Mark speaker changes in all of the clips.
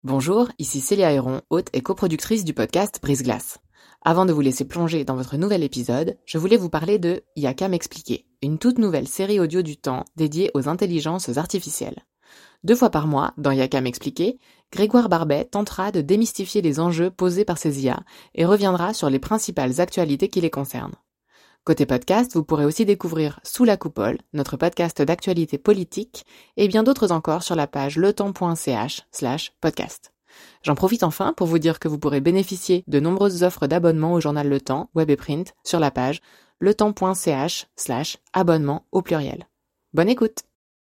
Speaker 1: Bonjour, ici Célia Héron, hôte et coproductrice du podcast Brise-Glace. Avant de vous laisser plonger dans votre nouvel épisode, je voulais vous parler de Y'a qu'à m'expliquer, une toute nouvelle série audio du temps dédiée aux intelligences artificielles. 2 fois par mois, dans Y'a qu'à m'expliquer, Grégoire Barbet tentera de démystifier les enjeux posés par ces IA et reviendra sur les principales actualités qui les concernent. Côté podcast, vous pourrez aussi découvrir Sous la coupole, notre podcast d'actualité politique, et bien d'autres encore sur la page letemps.ch/podcast. J'en profite enfin pour vous dire que vous pourrez bénéficier de nombreuses offres d'abonnement au journal Le Temps, web et print, sur la page letemps.ch/abonnement au pluriel. Bonne écoute!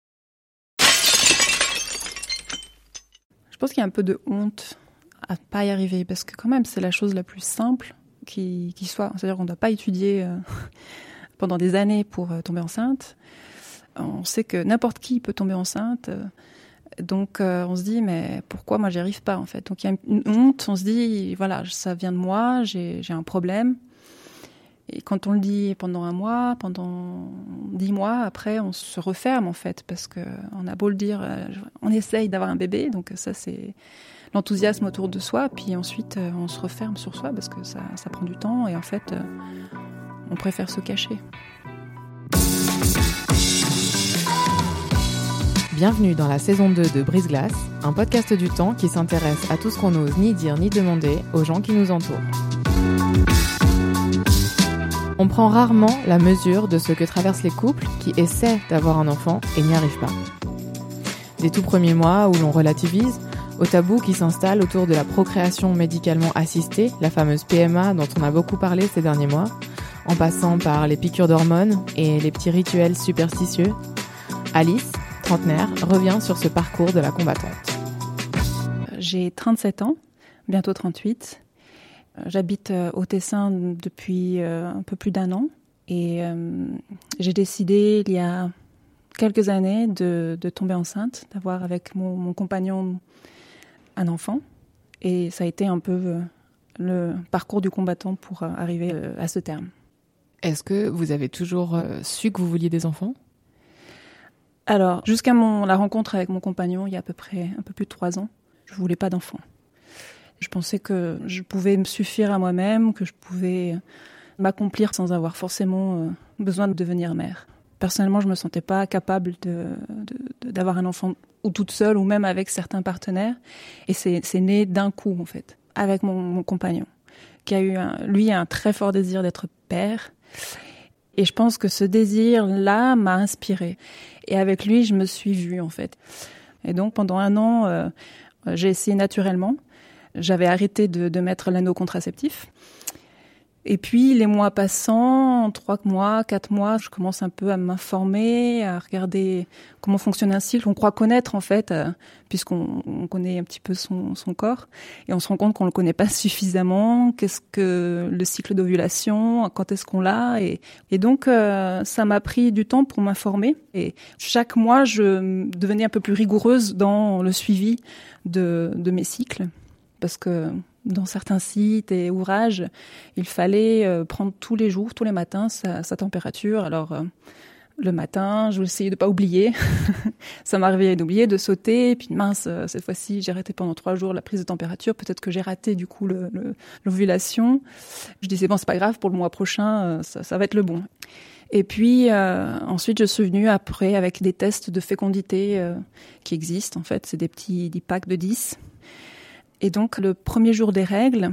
Speaker 2: Je pense qu'il y a un peu de honte à pas y arriver, parce que quand même, c'est la chose la plus simple qui soit. C'est-à-dire qu'on ne doit pas étudier pendant des années pour tomber enceinte. On sait que n'importe qui peut tomber enceinte. Donc on se dit, mais pourquoi moi j'y arrive pas en fait? Donc il y a une honte, on se dit, voilà, ça vient de moi, j'ai un problème. Et quand on le dit pendant 1 mois, pendant 10 mois, après on se referme en fait, parce qu'on a beau le dire, on essaye d'avoir un bébé, donc ça c'est l'enthousiasme autour de soi, puis ensuite on se referme sur soi parce que ça prend du temps et en fait on préfère se cacher.
Speaker 1: Bienvenue dans la saison 2 de Brise-Glace, un podcast du temps qui s'intéresse à tout ce qu'on n'ose ni dire ni demander aux gens qui nous entourent. On prend rarement la mesure de ce que traversent les couples qui essaient d'avoir un enfant et n'y arrivent pas. Des tout premiers mois où l'on relativise, au tabou qui s'installe autour de la procréation médicalement assistée, la fameuse PMA dont on a beaucoup parlé ces derniers mois, en passant par les piqûres d'hormones et les petits rituels superstitieux, Alice, trentenaire, revient sur ce parcours de la combattante.
Speaker 2: J'ai 37 ans, bientôt 38. J'habite au Tessin depuis un peu plus d'1 an et j'ai décidé il y a quelques années de tomber enceinte, d'avoir avec mon compagnon un enfant. Et ça a été un peu le parcours du combattant pour arriver à ce terme.
Speaker 1: Est-ce que vous avez toujours su que vous vouliez des enfants ?
Speaker 2: Alors, jusqu'à la rencontre avec mon compagnon, il y a à peu près un peu plus de 3 ans, je ne voulais pas d'enfant. Je pensais que je pouvais me suffire à moi-même, que je pouvais m'accomplir sans avoir forcément besoin de devenir mère. Personnellement, je ne me sentais pas capable d'avoir un enfant ou toute seule ou même avec certains partenaires. Et c'est né d'un coup, en fait, avec mon compagnon, qui a eu, lui, un très fort désir d'être père. Et je pense que ce désir-là m'a inspirée. Et avec lui, je me suis vue, en fait. Et donc, pendant 1 an, j'ai essayé naturellement. J'avais arrêté de mettre l'anneau contraceptif. Et puis, les mois passant, 3 mois, 4 mois, je commence un peu à m'informer, à regarder comment fonctionne un cycle. On croit connaître, en fait, puisqu'on connaît un petit peu son corps. Et on se rend compte qu'on ne le connaît pas suffisamment. Qu'est-ce que le cycle d'ovulation? Quand est-ce qu'on l'a? Et donc, ça m'a pris du temps pour m'informer. Et chaque mois, je devenais un peu plus rigoureuse dans le suivi de mes cycles. Parce que dans certains sites et ouvrages, il fallait prendre tous les jours, tous les matins, sa température. Alors, le matin, je voulais essayer de pas oublier. Ça m'arrivait d'oublier, de sauter. Et puis, mince, cette fois-ci, j'ai raté pendant 3 jours la prise de température. Peut-être que j'ai raté, du coup, l'ovulation. Je disais, bon, c'est pas grave, pour le mois prochain, ça va être le bon. Et puis, ensuite, je suis venue après avec des tests de fécondité qui existent. En fait, c'est des petits packs de 10. Et donc, le premier jour des règles,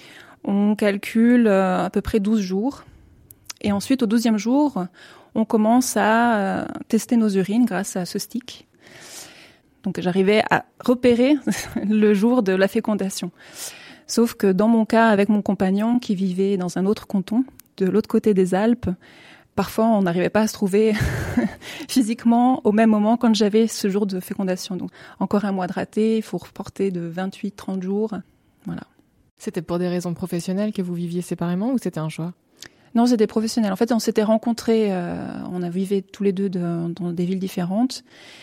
Speaker 2: on calcule à peu près 12 jours. Et ensuite, au 12e jour, on commence à tester nos urines grâce à ce stick. Donc, j'arrivais à repérer le jour de la fécondation. Sauf que dans mon cas, avec mon compagnon qui vivait dans un autre canton, de l'autre côté des Alpes, parfois, on n'arrivait pas à se trouver physiquement au même moment quand j'avais ce jour de fécondation. Donc, encore 1 mois de raté, il faut reporter de 28-30 jours. Voilà.
Speaker 1: C'était pour des raisons professionnelles que vous viviez séparément ou c'était un choix ?
Speaker 2: Non, c'était professionnel. En fait, on s'était rencontrés, on a vécu tous les deux dans des villes différentes.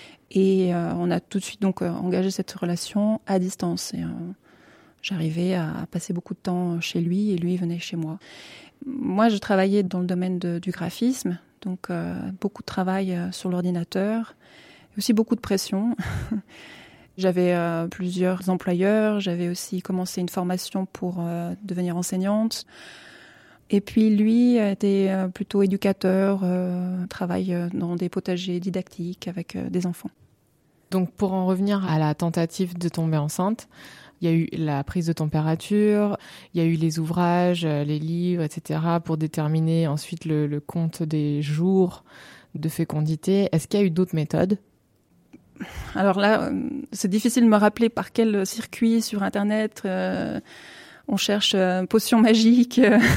Speaker 2: Et on a tout de suite donc engagé cette relation à distance. Et j'arrivais à passer beaucoup de temps chez lui et lui venait chez moi. Moi, je travaillais dans le domaine du graphisme, donc beaucoup de travail sur l'ordinateur, et aussi beaucoup de pression. J'avais plusieurs employeurs, j'avais aussi commencé une formation pour devenir enseignante. Et puis lui était plutôt éducateur, travaille dans des potagers didactiques avec des enfants.
Speaker 1: Donc pour en revenir à la tentative de tomber enceinte, il y a eu la prise de température, il y a eu les ouvrages, les livres, etc. pour déterminer ensuite le compte des jours de fécondité. Est-ce qu'il y a eu d'autres méthodes ?
Speaker 2: Alors là, c'est difficile de me rappeler par quel circuit sur Internet on cherche potion magique,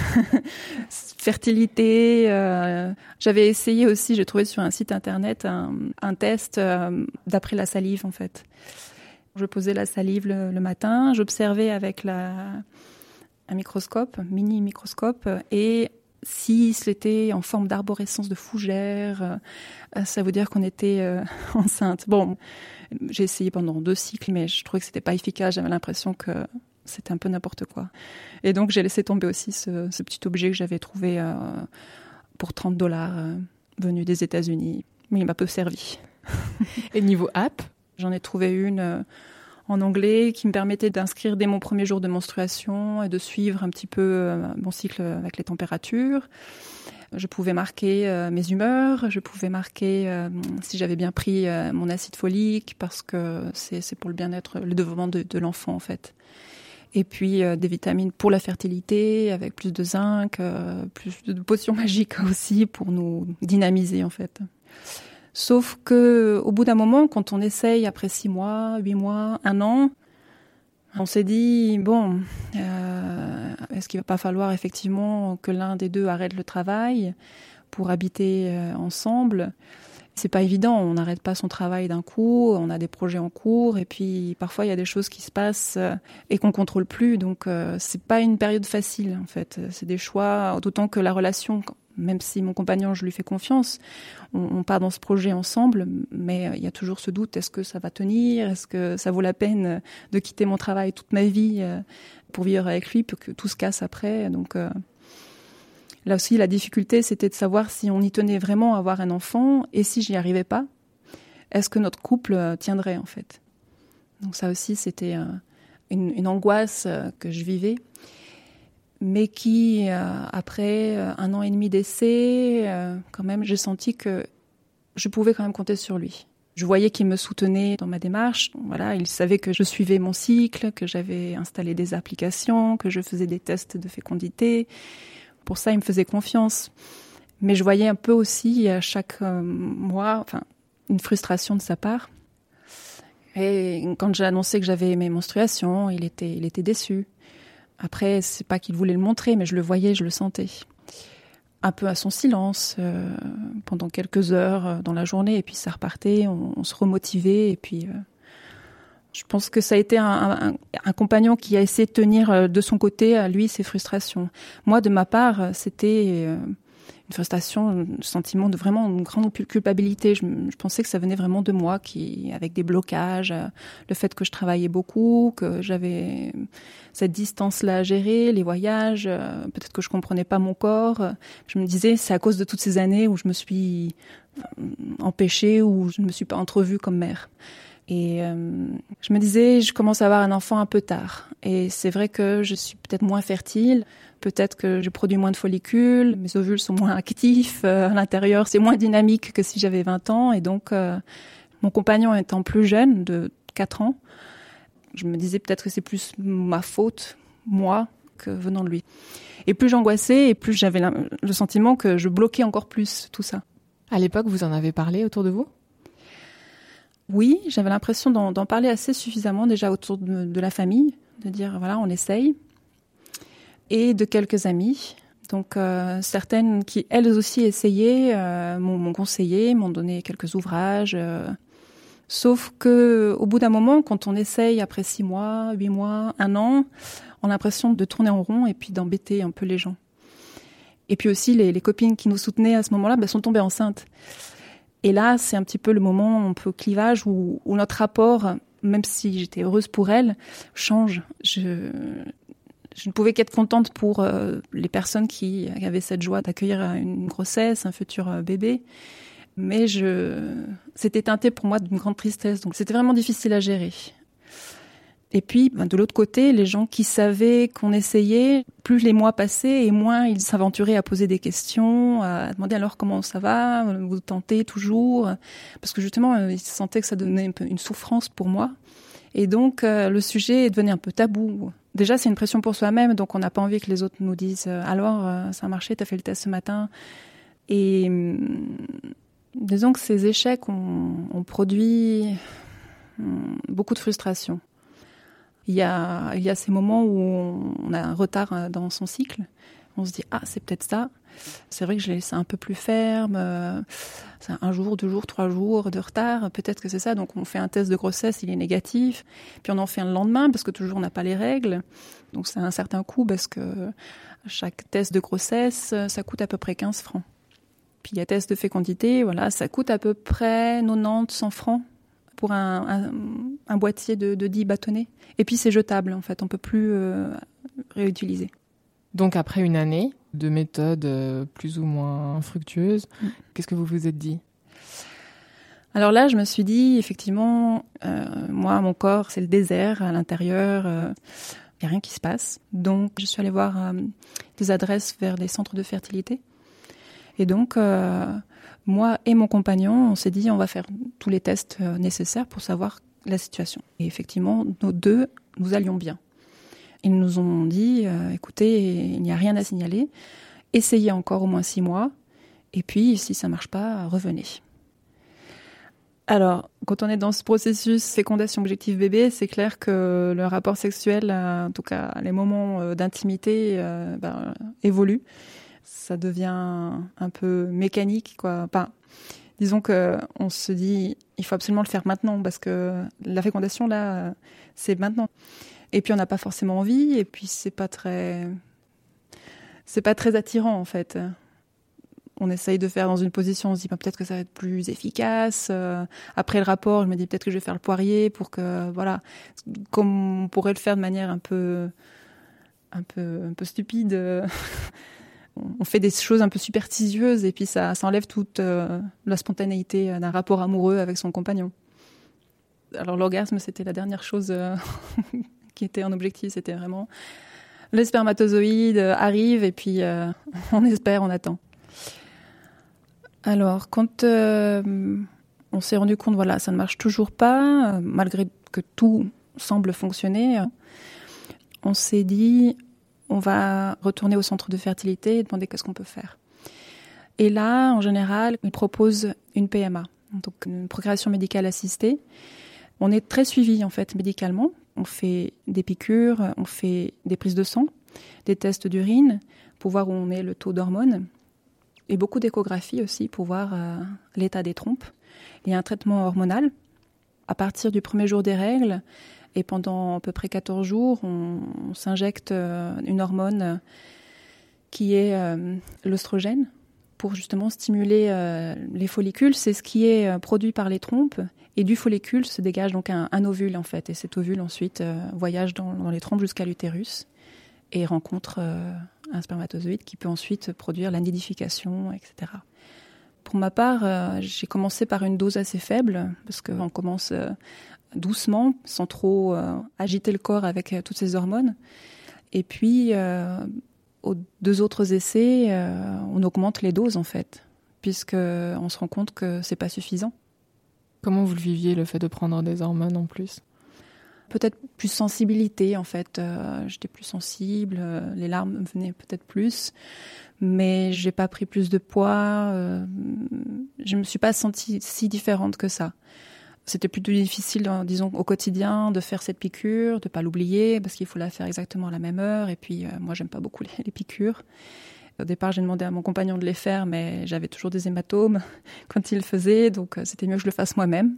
Speaker 2: fertilité. J'avais essayé aussi, j'ai trouvé sur un site Internet un test d'après la salive en fait. Je posais la salive le matin, j'observais avec un microscope, mini microscope, et si c'était en forme d'arborescence de fougère, ça veut dire qu'on était enceinte. Bon, j'ai essayé pendant 2 cycles, mais je trouvais que c'était pas efficace. J'avais l'impression que c'était un peu n'importe quoi. Et donc, j'ai laissé tomber aussi ce petit objet que j'avais trouvé pour $30 venu des États-Unis. Mais il m'a peu servi.
Speaker 1: Et niveau app ?
Speaker 2: J'en ai trouvé une en anglais qui me permettait d'inscrire dès mon premier jour de menstruation et de suivre un petit peu mon cycle avec les températures. Je pouvais marquer mes humeurs, je pouvais marquer si j'avais bien pris mon acide folique parce que c'est pour le bien-être, le développement de l'enfant en fait. Et puis des vitamines pour la fertilité avec plus de zinc, plus de potions magiques aussi pour nous dynamiser en fait. Sauf que au bout d'un moment, quand on essaye après 6 mois, 8 mois, 1 an, on s'est dit, bon, est-ce qu'il va pas falloir effectivement que l'un des deux arrête le travail pour habiter ensemble ? C'est pas évident, on n'arrête pas son travail d'un coup, on a des projets en cours et puis parfois il y a des choses qui se passent et qu'on contrôle plus, donc c'est pas une période facile en fait. C'est des choix, d'autant que la relation, même si mon compagnon, je lui fais confiance, on part dans ce projet ensemble, mais il y a toujours ce doute, est-ce que ça va tenir ? Est-ce que ça vaut la peine de quitter mon travail toute ma vie pour vivre avec lui, pour que tout se casse après ? Donc là aussi, la difficulté, c'était de savoir si on y tenait vraiment à avoir un enfant, et si j'y arrivais pas, est-ce que notre couple tiendrait en fait ? Donc ça aussi, c'était une angoisse que je vivais. Mais qui, après 1 an et demi d'essai, quand même, j'ai senti que je pouvais quand même compter sur lui. Je voyais qu'il me soutenait dans ma démarche. Voilà, il savait que je suivais mon cycle, que j'avais installé des applications, que je faisais des tests de fécondité. Pour ça, il me faisait confiance. Mais je voyais un peu aussi à chaque mois, une frustration de sa part. Et quand j'ai annoncé que j'avais mes menstruations, il était déçu. Après, c'est pas qu'il voulait le montrer, mais je le voyais, je le sentais. Un peu à son silence, pendant quelques heures dans la journée, et puis ça repartait, on se remotivait, et puis je pense que ça a été un compagnon qui a essayé de tenir de son côté, à lui, ses frustrations. Moi, de ma part, c'était une frustration, un sentiment de vraiment une grande culpabilité. Je pensais que ça venait vraiment de moi, avec des blocages, le fait que je travaillais beaucoup, que j'avais cette distance-là à gérer, les voyages, peut-être que je comprenais pas mon corps. Je me disais, c'est à cause de toutes ces années où je me suis empêchée, où je ne me suis pas entrevue comme mère. Et je me disais, je commence à avoir un enfant un peu tard. Et c'est vrai que je suis peut-être moins fertile, peut-être que je produis moins de follicules, mes ovules sont moins actifs, à l'intérieur c'est moins dynamique que si j'avais 20 ans. Et donc, mon compagnon étant plus jeune, de 4 ans, je me disais peut-être que c'est plus ma faute, moi, que venant de lui. Et plus j'angoissais, et plus j'avais le sentiment que je bloquais encore plus tout ça.
Speaker 1: À l'époque, vous en avez parlé autour de vous ?
Speaker 2: Oui, j'avais l'impression d'en parler assez suffisamment déjà autour de la famille, de dire voilà, on essaye, et de quelques amis. Donc certaines qui elles aussi essayaient m'ont conseillé, m'ont donné quelques ouvrages. Sauf que au bout d'un moment, quand on essaye après 6 mois, 8 mois, 1 an, on a l'impression de tourner en rond et puis d'embêter un peu les gens. Et puis aussi les copines qui nous soutenaient à ce moment-là sont tombées enceintes. Et là, c'est un petit peu le moment un peu clivage où notre rapport, même si j'étais heureuse pour elle, change. Je ne pouvais qu'être contente pour les personnes qui avaient cette joie d'accueillir une grossesse, un futur bébé. Mais c'était teinté pour moi d'une grande tristesse, donc c'était vraiment difficile à gérer. Et puis, de l'autre côté, les gens qui savaient qu'on essayait, plus les mois passaient et moins ils s'aventuraient à poser des questions, à demander alors comment ça va, vous tentez toujours, parce que justement, ils sentaient que ça donnait un peu une souffrance pour moi. Et donc, le sujet devenait un peu tabou. Déjà, c'est une pression pour soi-même, donc on n'a pas envie que les autres nous disent « Alors, ça a marché, t'as fait le test ce matin ?» Et disons que ces échecs ont produit beaucoup de frustration. Il y a ces moments où on a un retard dans son cycle. On se dit « Ah, c'est peut-être ça. C'est vrai que je l'ai laissé un peu plus ferme. C'est 1 jour, 2 jours, 3 jours de retard. Peut-être que c'est ça. » Donc, on fait un test de grossesse, il est négatif. Puis, on en fait un le lendemain parce que toujours, on n'a pas les règles. Donc, c'est un certain coût parce que chaque test de grossesse, ça coûte à peu près 15 francs. Puis, il y a test de fécondité. Voilà, ça coûte à peu près 90, 100 francs. Pour un boîtier de 10 bâtonnets. Et puis c'est jetable en fait, on ne peut plus réutiliser.
Speaker 1: Donc après une année de méthode plus ou moins fructueuse, qu'est-ce que vous vous êtes dit ?
Speaker 2: Alors là, je me suis dit, effectivement, moi, mon corps, c'est le désert à l'intérieur, il n'y a rien qui se passe. Donc je suis allée voir des adresses vers des centres de fertilité. Et donc... moi et mon compagnon, on s'est dit on va faire tous les tests nécessaires pour savoir la situation. Et effectivement, nous allions bien. Ils nous ont dit écoutez, il n'y a rien à signaler, essayez encore au moins 6 mois, et puis si ça ne marche pas, revenez. Alors, quand on est dans ce processus fécondation objectif bébé, c'est clair que le rapport sexuel, en tout cas les moments d'intimité, évoluent. Ça devient un peu mécanique, quoi. Enfin, disons qu'on se dit, il faut absolument le faire maintenant parce que la fécondation, là, c'est maintenant. Et puis, on n'a pas forcément envie et puis, c'est pas très attirant, en fait. On essaye de faire dans une position, on se dit peut-être que ça va être plus efficace. Après le rapport, je me dis peut-être que je vais faire le poirier pour que, voilà, comme on pourrait le faire de manière un peu stupide. On fait des choses un peu superstitieuses et puis ça enlève toute la spontanéité d'un rapport amoureux avec son compagnon. Alors l'orgasme, c'était la dernière chose qui était en objectif. C'était vraiment le spermatozoïde arrive et puis on espère, on attend. Alors quand on s'est rendu compte, voilà, ça ne marche toujours pas, malgré que tout semble fonctionner, on s'est dit... on va retourner au centre de fertilité et demander qu'est-ce qu'on peut faire. Et là, en général, ils proposent une PMA, donc une procréation médicale assistée. On est très suivi en fait médicalement. On fait des piqûres, on fait des prises de sang, des tests d'urine pour voir où on est le taux d'hormones et beaucoup d'échographies aussi pour voir l'état des trompes. Il y a un traitement hormonal. À partir du premier jour des règles, et pendant à peu près 14 jours, on s'injecte une hormone qui est l'œstrogène pour justement stimuler les follicules. C'est ce qui est produit par les trompes. Et du follicule se dégage donc un ovule en fait. Et cet ovule ensuite voyage dans les trompes jusqu'à l'utérus et rencontre un spermatozoïde qui peut ensuite produire la nidification, etc. Pour ma part, j'ai commencé par une dose assez faible parce qu'on commence... doucement, sans trop agiter le corps avec toutes ces hormones. Et puis, aux 2 autres essais, on augmente les doses, en fait, puisqu'on se rend compte que c'est pas suffisant.
Speaker 1: Comment vous le viviez, le fait de prendre des hormones en plus ?
Speaker 2: Peut-être plus sensibilité, en fait. J'étais plus sensible, les larmes venaient peut-être plus, mais j'ai pas pris plus de poids. Je me suis pas sentie si différente que ça. C'était plutôt difficile, disons, au quotidien, de faire cette piqûre, de ne pas l'oublier, parce qu'il faut la faire exactement à la même heure. Et puis, moi, j'aime pas beaucoup les piqûres. Au départ, j'ai demandé à mon compagnon de les faire, mais j'avais toujours des hématomes quand il le faisait, donc c'était mieux que je le fasse moi-même.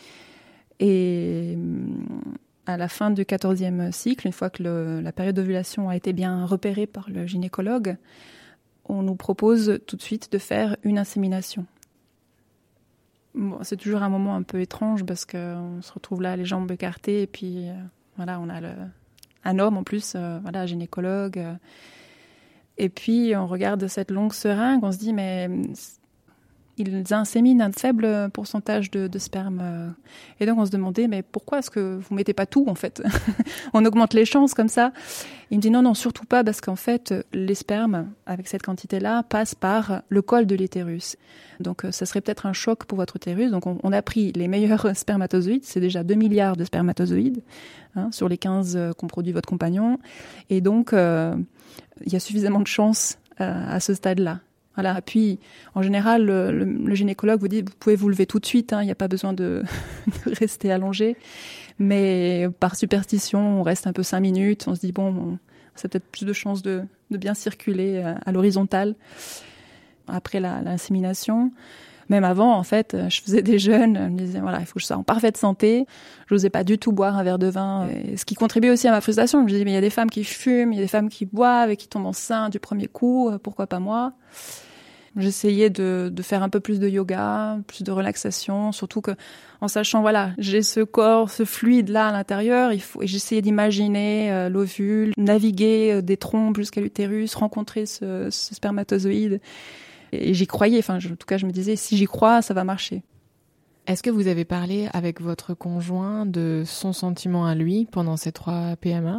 Speaker 2: Et à la fin du 14e cycle, une fois que la période d'ovulation a été bien repérée par le gynécologue, on nous propose tout de suite de faire une insémination. Bon, c'est toujours un moment un peu étrange parce qu'on se retrouve là, les jambes écartées, et puis voilà, on a un homme en plus, voilà, gynécologue. Et puis on regarde cette longue seringue, on se dit mais ils inséminent un faible pourcentage de sperme. Et donc, on se demandait, mais pourquoi est-ce que vous mettez pas tout, en fait? On augmente les chances comme ça. Il me dit non, surtout pas, parce qu'en fait, les spermes, avec cette quantité-là, passent par le col de l'utérus. Donc, ça serait peut-être un choc pour votre utérus. Donc, on a pris les meilleurs spermatozoïdes. C'est déjà 2 milliards de spermatozoïdes, sur les 15 qu'ont produit votre compagnon. Et donc, il y a suffisamment de chances à ce stade-là. Voilà. Puis, en général, le gynécologue vous dit, vous pouvez vous lever tout de suite, il n'y a pas besoin de rester allongé. Mais par superstition, on reste un peu 5 minutes, on se dit, bon, ça a peut-être plus de chances de bien circuler à l'horizontale après l'insémination. Même avant, en fait, je faisais des jeûnes, je me disais, voilà, il faut que je sois en parfaite santé. Je n'osais pas du tout boire un verre de vin. Et ce qui contribue aussi à ma frustration. Je me disais, mais il y a des femmes qui fument, il y a des femmes qui boivent et qui tombent enceintes du premier coup, pourquoi pas moi? J'essayais de faire un peu plus de yoga, plus de relaxation, surtout que, en sachant, voilà, j'ai ce corps, ce fluide-là à l'intérieur, et j'essayais d'imaginer l'ovule, naviguer des trompes jusqu'à l'utérus, rencontrer ce spermatozoïde. Et j'y croyais, en tout cas, je me disais, si j'y crois, ça va marcher.
Speaker 1: Est-ce que vous avez parlé avec votre conjoint de son sentiment à lui pendant ces 3 PMA?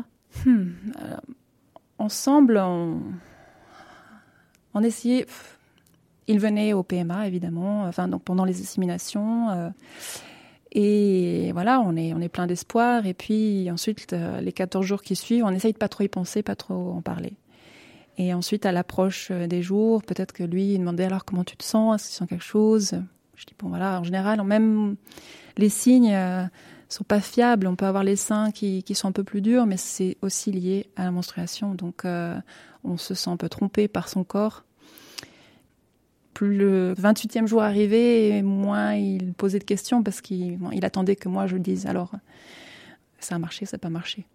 Speaker 2: Ensemble, on essayait... Il venait au PMA, évidemment, donc pendant les inséminations. Et voilà, on est plein d'espoir. Et puis ensuite, les 14 jours qui suivent, on essaye de pas trop y penser, pas trop en parler. Et ensuite, à l'approche des jours, peut-être que lui, il demandait alors comment tu te sens, est-ce que tu sens quelque chose? Je dis bon voilà, en général, même les signes sont pas fiables. On peut avoir les seins qui sont un peu plus durs, mais c'est aussi lié à la menstruation. Donc on se sent un peu trompé par son corps. Plus le 28e jour arrivait, moins il posait de questions parce qu'il attendait que moi je le dise. Alors, ça a marché, ça n'a pas marché.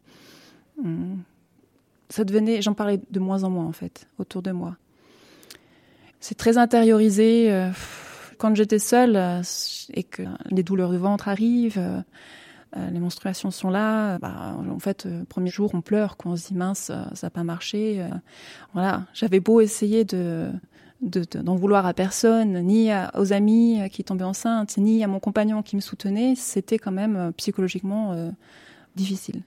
Speaker 2: Ça devenait, j'en parlais de moins en moins en fait, autour de moi. C'est très intériorisé. Quand j'étais seule et que les douleurs de ventre arrivent, les menstruations sont là, en fait, le premier jour, on pleure, on se dit mince, ça n'a pas marché. Voilà, j'avais beau essayer d'en vouloir à personne, ni aux amis qui tombaient enceintes, ni à mon compagnon qui me soutenait, c'était quand même psychologiquement difficile.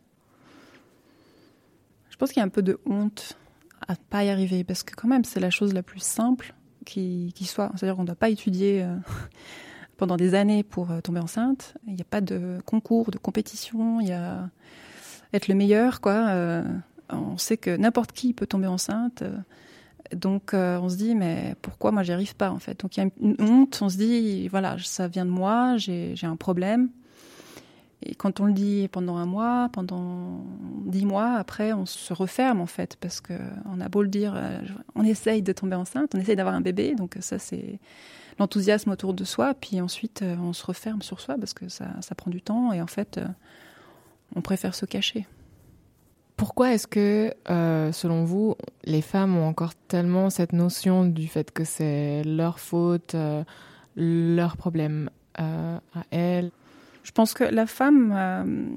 Speaker 2: Je pense qu'il y a un peu de honte à ne pas y arriver, parce que quand même, c'est la chose la plus simple qui soit. C'est-à-dire qu'on ne doit pas étudier pendant des années pour tomber enceinte. Il n'y a pas de concours, de compétition, il y a être le meilleur, quoi. On sait que n'importe qui peut tomber enceinte. Donc, on se dit, mais pourquoi moi, j'y arrive pas, en fait? Donc, il y a une honte. On se dit, voilà, ça vient de moi, j'ai un problème. Et quand on le dit pendant 1 mois, pendant 10 mois, après, on se referme, en fait, parce qu'on a beau le dire, on essaye de tomber enceinte, on essaye d'avoir un bébé. Donc, ça, c'est l'enthousiasme autour de soi. Puis ensuite, on se referme sur soi parce que ça prend du temps. Et en fait, on préfère se cacher.
Speaker 1: Pourquoi est-ce que, selon vous, les femmes ont encore tellement cette notion du fait que c'est leur faute, leur problème à elles?
Speaker 2: Je pense que la femme,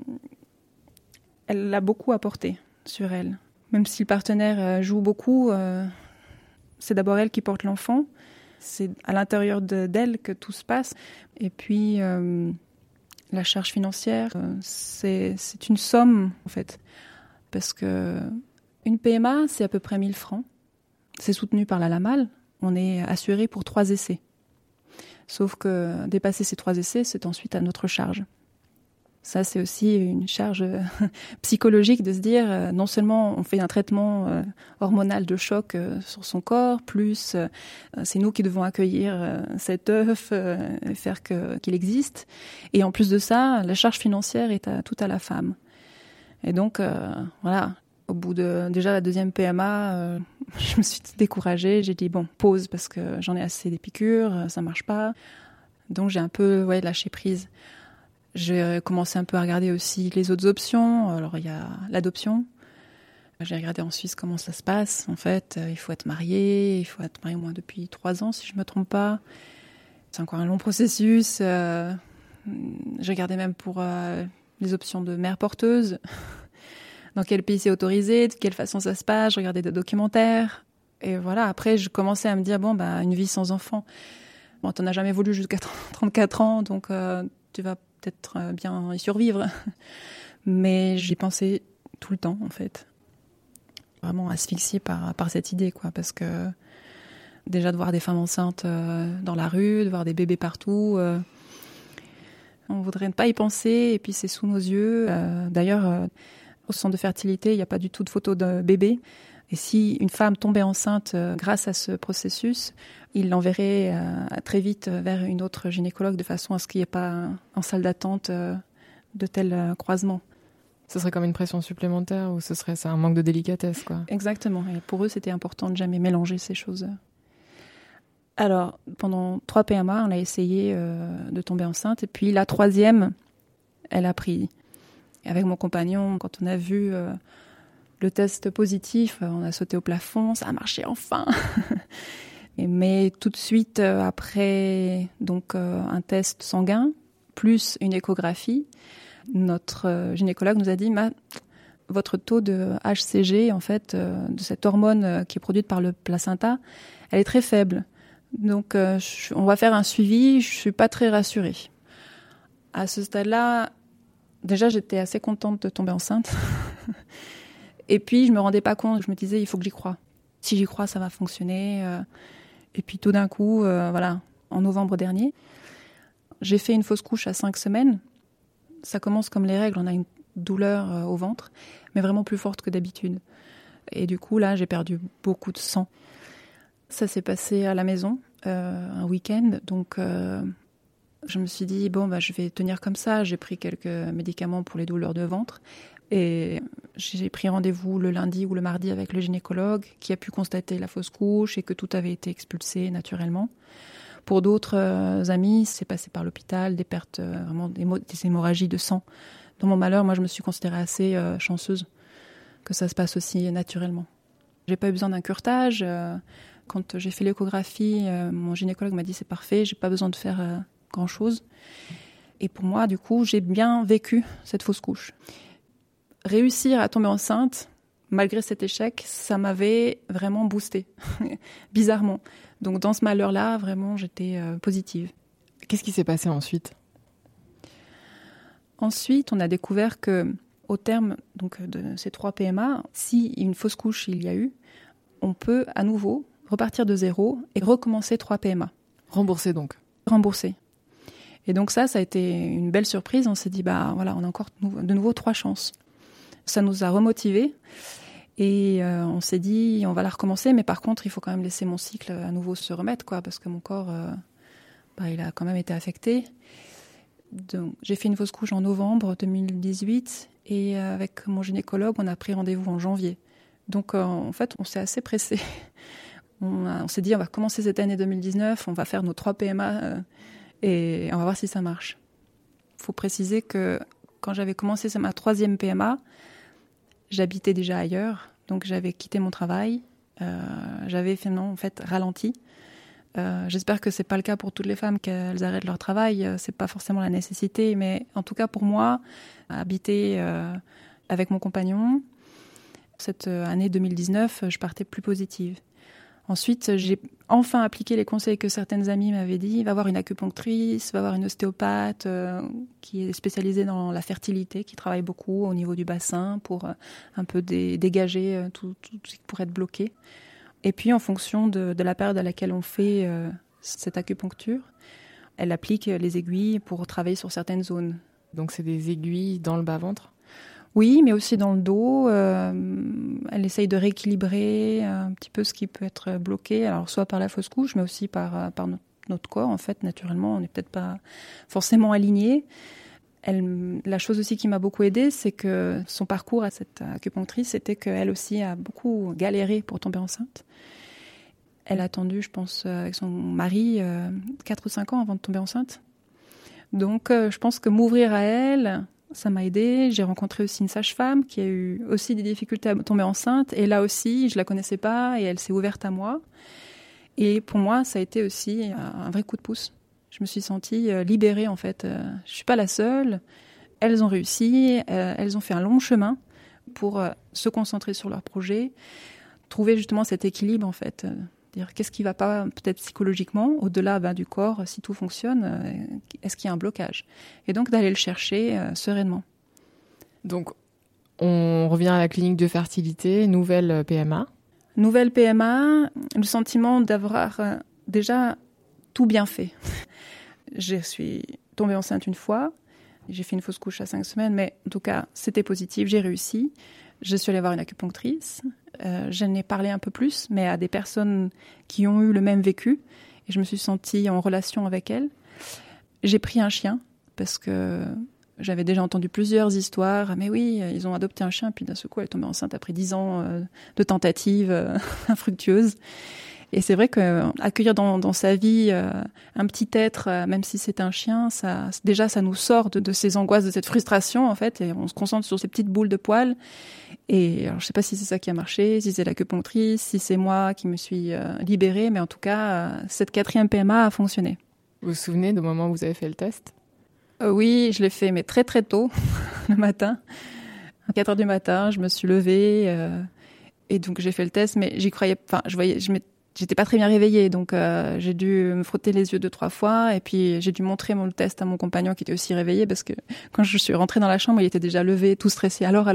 Speaker 2: elle a beaucoup apporté sur elle. Même si le partenaire joue beaucoup, c'est d'abord elle qui porte l'enfant. C'est à l'intérieur d'elle que tout se passe. Et puis, la charge financière, c'est une somme, en fait. Parce que une PMA, c'est à peu près 1 000 francs. C'est soutenu par la LAMAL. On est assuré pour 3 essais. Sauf que dépasser ces 3 essais, c'est ensuite à notre charge. Ça, c'est aussi une charge psychologique de se dire, non seulement on fait un traitement hormonal de choc sur son corps, plus c'est nous qui devons accueillir cet œuf, faire qu'il existe. Et en plus de ça, la charge financière est toute à la femme. Et donc, voilà, au bout de déjà la 2e PMA, je me suis découragée. J'ai dit, bon, pause, parce que j'en ai assez des piqûres, ça marche pas. Donc, j'ai un peu lâché prise. J'ai commencé un peu à regarder aussi les autres options. Alors, il y a l'adoption. J'ai regardé en Suisse comment ça se passe. En fait, il faut être marié au moins depuis 3 ans, si je me trompe pas. C'est encore un long processus. J'ai regardé même pour les options de mère porteuse. Dans quel pays c'est autorisé, de quelle façon ça se passe. Je regardais des documentaires. Et voilà, après, je commençais à me dire, une vie sans enfant. Bon, t'en as jamais voulu jusqu'à 34 ans, donc tu vas peut-être bien y survivre. Mais j'y pensais tout le temps, en fait. Vraiment asphyxiée par cette idée, quoi. Parce que déjà de voir des femmes enceintes dans la rue, de voir des bébés partout, on voudrait ne pas y penser, et puis c'est sous nos yeux. D'ailleurs, au centre de fertilité, il n'y a pas du tout de photos de bébés. Et si une femme tombait enceinte grâce à ce processus, il l'enverrait très vite vers une autre gynécologue de façon à ce qu'il n'y ait pas en salle d'attente de tels croisements.
Speaker 3: Ce serait comme une pression supplémentaire ou c'est un manque de délicatesse, quoi.
Speaker 2: Exactement. Et pour eux, c'était important de jamais mélanger ces choses. Alors, pendant 3 PMA, on a essayé de tomber enceinte. Et puis la 3e, elle a pris. Et avec mon compagnon, quand on a vu le test positif, on a sauté au plafond, ça a marché enfin. Mais tout de suite, après donc un test sanguin, plus une échographie, notre gynécologue nous a dit votre taux de HCG, en fait, de cette hormone qui est produite par le placenta, elle est très faible. Donc, on va faire un suivi, je suis pas très rassurée. À ce stade-là, déjà, j'étais assez contente de tomber enceinte. Et puis, je me rendais pas compte, je me disais, il faut que j'y croie. Si j'y crois, ça va fonctionner. Et puis, tout d'un coup, voilà, en novembre dernier, j'ai fait une fausse couche à 5 semaines. Ça commence comme les règles, on a une douleur au ventre, mais vraiment plus forte que d'habitude. Et du coup, là, j'ai perdu beaucoup de sang. Ça s'est passé à la maison, un week-end, donc je me suis dit, je vais tenir comme ça. J'ai pris quelques médicaments pour les douleurs de ventre et j'ai pris rendez-vous le lundi ou le mardi avec le gynécologue qui a pu constater la fausse couche et que tout avait été expulsé naturellement. Pour d'autres amis, c'est passé par l'hôpital, des pertes, vraiment des hémorragies de sang. Dans mon malheur, moi, je me suis considérée assez chanceuse que ça se passe aussi naturellement. J'ai pas eu besoin d'un curetage. Quand j'ai fait l'échographie, mon gynécologue m'a dit c'est parfait, j'ai pas besoin de faire grand-chose. Et pour moi, du coup, j'ai bien vécu cette fausse couche. Réussir à tomber enceinte, malgré cet échec, ça m'avait vraiment boostée, bizarrement. Donc dans ce malheur-là, vraiment, j'étais positive.
Speaker 3: Qu'est-ce qui s'est passé ensuite ?
Speaker 2: Ensuite, on a découvert que, au terme donc, de ces 3 PMA, si une fausse couche il y a eu, on peut à nouveau repartir de zéro et recommencer 3 PMA.
Speaker 3: Remboursé donc ?
Speaker 2: Remboursé. Et donc ça a été une belle surprise. On s'est dit, on a encore de nouveau 3 chances. Ça nous a remotivés. Et on s'est dit, on va la recommencer, mais par contre, il faut quand même laisser mon cycle à nouveau se remettre, quoi, parce que mon corps, il a quand même été affecté. Donc, j'ai fait une fausse couche en novembre 2018 et avec mon gynécologue, on a pris rendez-vous en janvier. Donc, en fait, on s'est assez pressé. On s'est dit, on va commencer cette année 2019, on va faire nos 3 PMA et on va voir si ça marche. Il faut préciser que quand j'avais commencé ma 3e PMA, j'habitais déjà ailleurs, donc j'avais quitté mon travail, j'avais finalement en fait ralenti. J'espère que c'est pas le cas pour toutes les femmes qu'elles arrêtent leur travail, c'est pas forcément la nécessité, mais en tout cas pour moi, habiter avec mon compagnon, cette année 2019, je partais plus positive. Ensuite, j'ai enfin appliqué les conseils que certaines amies m'avaient dit. Va voir une acupunctrice, va voir une ostéopathe qui est spécialisée dans la fertilité, qui travaille beaucoup au niveau du bassin pour un peu dégager tout ce qui pourrait être bloqué. Et puis, en fonction de la période à laquelle on fait cette acupuncture, elle applique les aiguilles pour travailler sur certaines zones.
Speaker 3: Donc, c'est des aiguilles dans le bas-ventre ?
Speaker 2: Oui, mais aussi dans le dos. Elle essaye de rééquilibrer un petit peu ce qui peut être bloqué, alors soit par la fausse couche, mais aussi par notre corps. En fait, naturellement, on n'est peut-être pas forcément aligné. La chose aussi qui m'a beaucoup aidée, c'est que son parcours à cette acupunctrice, c'était qu'elle aussi a beaucoup galéré pour tomber enceinte. Elle a attendu, je pense, avec son mari, 4 ou 5 ans avant de tomber enceinte. Donc, je pense que m'ouvrir à elle, ça m'a aidée. J'ai rencontré aussi une sage-femme qui a eu aussi des difficultés à tomber enceinte. Et là aussi, je la connaissais pas et elle s'est ouverte à moi. Et pour moi, ça a été aussi un vrai coup de pouce. Je me suis sentie libérée, en fait. Je suis pas la seule. Elles ont réussi. Elles ont fait un long chemin pour se concentrer sur leur projet, trouver justement cet équilibre, en fait, C'est-à-dire, qu'est-ce qui va pas peut-être psychologiquement, au-delà du corps, si tout fonctionne, est-ce qu'il y a un blocage? Et donc d'aller le chercher sereinement.
Speaker 3: Donc, on revient à la clinique de fertilité, nouvelle PMA.
Speaker 2: Nouvelle PMA, le sentiment d'avoir déjà tout bien fait. Je suis tombée enceinte une fois, j'ai fait une fausse couche à 5 semaines, mais en tout cas, c'était positif, j'ai réussi. Je suis allée voir une acupunctrice, j'en ai parlé un peu plus, mais à des personnes qui ont eu le même vécu, et je me suis sentie en relation avec elles. J'ai pris un chien, parce que j'avais déjà entendu plusieurs histoires. Mais oui, ils ont adopté un chien, puis d'un seul coup, elle est tombée enceinte après 10 ans de tentatives infructueuses. Et c'est vrai qu'accueillir dans sa vie un petit être, même si c'est un chien, ça nous sort de ces angoisses, de cette frustration, en fait, et on se concentre sur ces petites boules de poils. Et alors, je sais pas si c'est ça qui a marché, si c'est l'acupunctrice, si c'est moi qui me suis libérée, mais en tout cas, cette 4e PMA a fonctionné.
Speaker 3: Vous vous souvenez du moment où vous avez fait le test?
Speaker 2: Oui, je l'ai fait, mais très très tôt, le matin. À 4 heures du matin, je me suis levée et donc j'ai fait le test, mais j'y croyais. Enfin, j'étais pas très bien réveillée, donc j'ai dû me frotter les yeux 2-3 fois, et puis j'ai dû montrer mon test à mon compagnon qui était aussi réveillé, parce que quand je suis rentrée dans la chambre, il était déjà levé, tout stressé. Alors.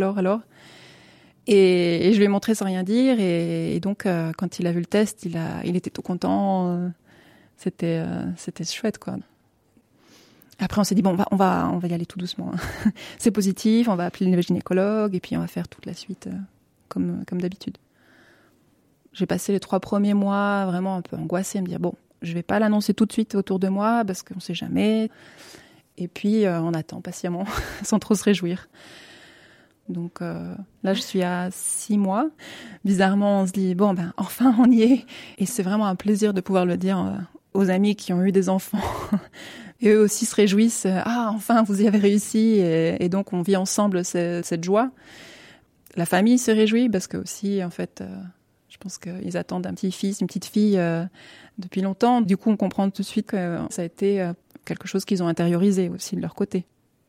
Speaker 2: Et je lui ai montré sans rien dire, et donc quand il a vu le test, il était tout content. C'était chouette, quoi. Après, on s'est dit, bon, on va y aller tout doucement. C'est positif, on va appeler le gynécologue et puis on va faire toute la suite comme d'habitude. J'ai passé les 3 premiers mois vraiment un peu angoissée, à me dire, bon, je vais pas l'annoncer tout de suite autour de moi parce qu'on sait jamais. Et puis, on attend patiemment, sans trop se réjouir. Donc là, je suis à 6 mois. Bizarrement, on se dit, bon, enfin, on y est. Et c'est vraiment un plaisir de pouvoir le dire aux amis qui ont eu des enfants. Et eux aussi se réjouissent. Ah, enfin, vous y avez réussi. Et donc, on vit ensemble cette joie. La famille se réjouit parce que aussi, en fait, je pense qu'ils attendent un petit-fils, une petite fille depuis longtemps. Du coup, on comprend tout de suite que ça a été quelque chose qu'ils ont intériorisé aussi de leur côté.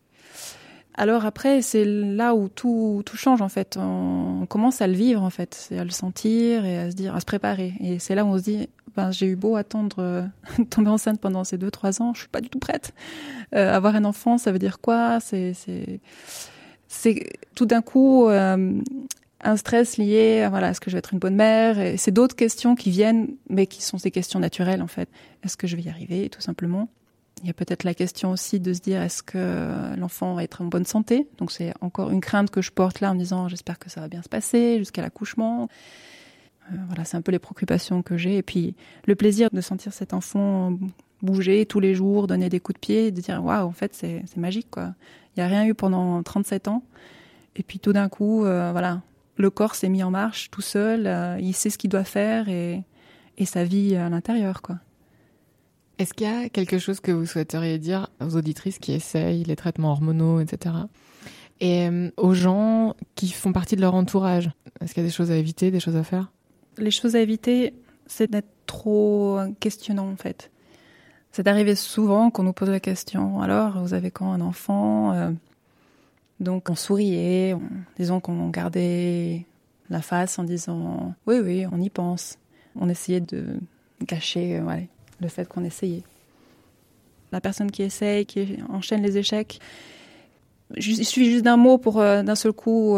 Speaker 2: Alors après, c'est là où tout change, en fait. On commence à le vivre, en fait. C'est à le sentir et à se dire, à se préparer. Et c'est là où on se dit, j'ai eu beau attendre tomber enceinte pendant ces 2-3 ans, je suis pas du tout prête. Avoir un enfant, ça veut dire quoi? C'est tout d'un coup un stress lié à est-ce que je vais être une bonne mère? Et c'est d'autres questions qui viennent, mais qui sont des questions naturelles, en fait. Est-ce que je vais y arriver, tout simplement? Il y a peut-être la question aussi de se dire, est-ce que l'enfant va être en bonne santé? Donc c'est encore une crainte que je porte là en me disant, j'espère que ça va bien se passer jusqu'à l'accouchement. C'est un peu les préoccupations que j'ai. Et puis le plaisir de sentir cet enfant bouger tous les jours, donner des coups de pied, de dire, waouh, en fait, c'est magique, quoi. Il n'y a rien eu pendant 37 ans. Et puis tout d'un coup, le corps s'est mis en marche tout seul. Il sait ce qu'il doit faire et ça vit à l'intérieur, quoi.
Speaker 3: Est-ce qu'il y a quelque chose que vous souhaiteriez dire aux auditrices qui essayent les traitements hormonaux, etc., et aux gens qui font partie de leur entourage? Est-ce qu'il y a des choses à éviter, des choses à faire?
Speaker 2: Les choses à éviter, c'est d'être trop questionnant, en fait. C'est arrivé souvent qu'on nous pose la question, alors, vous avez quand un enfant? Donc, on souriait, disons qu'on gardait la face en disant, oui, on y pense. On essayait de cacher, le fait qu'on essayait. La personne qui essaye, qui enchaîne les échecs, il suffit juste d'un mot pour d'un seul coup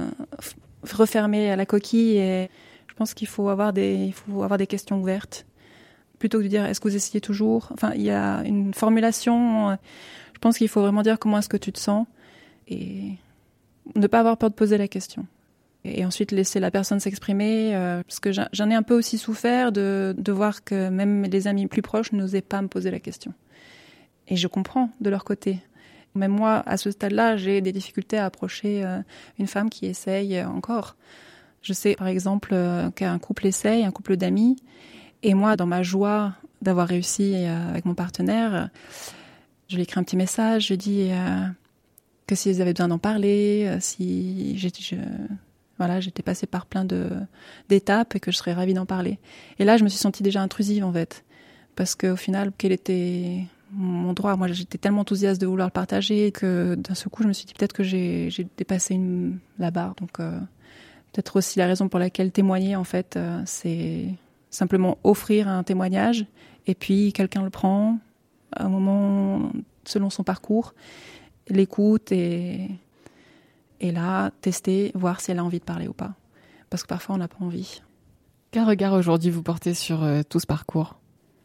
Speaker 2: refermer la coquille. Et je pense qu'il faut avoir des questions ouvertes plutôt que de dire est-ce que vous essayez toujours. Enfin, il y a une formulation. Je pense qu'il faut vraiment dire comment est-ce que tu te sens et ne pas avoir peur de poser la question. Et ensuite laisser la personne s'exprimer, parce que j'en ai un peu aussi souffert de voir que même les amis plus proches n'osaient pas me poser la question. Et je comprends de leur côté. Même moi, à ce stade-là, j'ai des difficultés à approcher une femme qui essaye encore. Je sais, par exemple, qu'un couple essaye, un couple d'amis, et moi, dans ma joie d'avoir réussi avec mon partenaire, je lui écris un petit message, je dis que s'ils avaient besoin d'en parler, si j'étais passée par plein d'étapes et que je serais ravie d'en parler. Et là, je me suis sentie déjà intrusive, en fait. Parce qu'au final, quel était mon droit? Moi, j'étais tellement enthousiaste de vouloir le partager que d'un seul coup, je me suis dit peut-être que j'ai dépassé la barre. Donc, peut-être aussi la raison pour laquelle témoigner, en fait, c'est simplement offrir un témoignage et puis quelqu'un le prend à un moment selon son parcours, l'écoute et là, tester, voir si elle a envie de parler ou pas. Parce que parfois, on n'a pas envie.
Speaker 3: Quel regard aujourd'hui vous portez sur tout ce parcours ?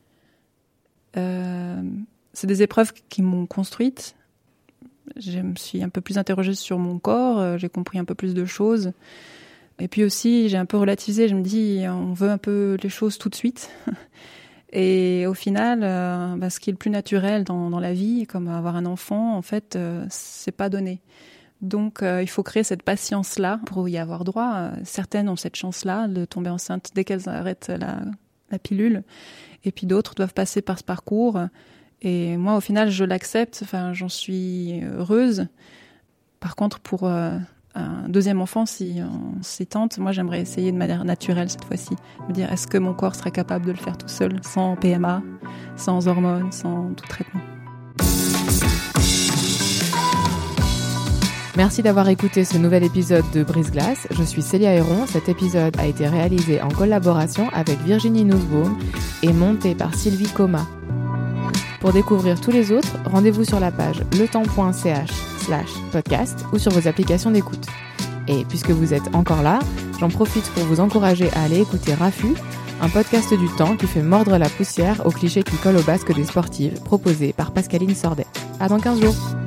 Speaker 2: C'est des épreuves qui m'ont construite. Je me suis un peu plus interrogée sur mon corps, j'ai compris un peu plus de choses. Et puis aussi, j'ai un peu relativisé, je me dis, on veut un peu les choses tout de suite. Et au final, ce qui est le plus naturel dans la vie, comme avoir un enfant, en fait, c'est pas donné. Donc, il faut créer cette patience-là pour y avoir droit. Certaines ont cette chance-là de tomber enceinte dès qu'elles arrêtent la pilule. Et puis d'autres doivent passer par ce parcours. Et moi, au final, je l'accepte. Enfin, j'en suis heureuse. Par contre, pour un deuxième enfant, si on s'y tente, moi, j'aimerais essayer de manière naturelle cette fois-ci. Me dire, est-ce que mon corps serait capable de le faire tout seul, sans PMA, sans hormones, sans tout traitement ?
Speaker 3: Merci d'avoir écouté ce nouvel épisode de Brise-Glace. Je suis Célia Héron. Cet épisode a été réalisé en collaboration avec Virginie Nussbaum et monté par Sylvie Coma. Pour découvrir tous les autres, rendez-vous sur la page letemps.ch/podcast ou sur vos applications d'écoute. Et puisque vous êtes encore là, j'en profite pour vous encourager à aller écouter Raffut, un podcast du temps qui fait mordre la poussière aux clichés qui collent au basque des sportives, proposé par Pascaline Sordet. À dans 15 jours.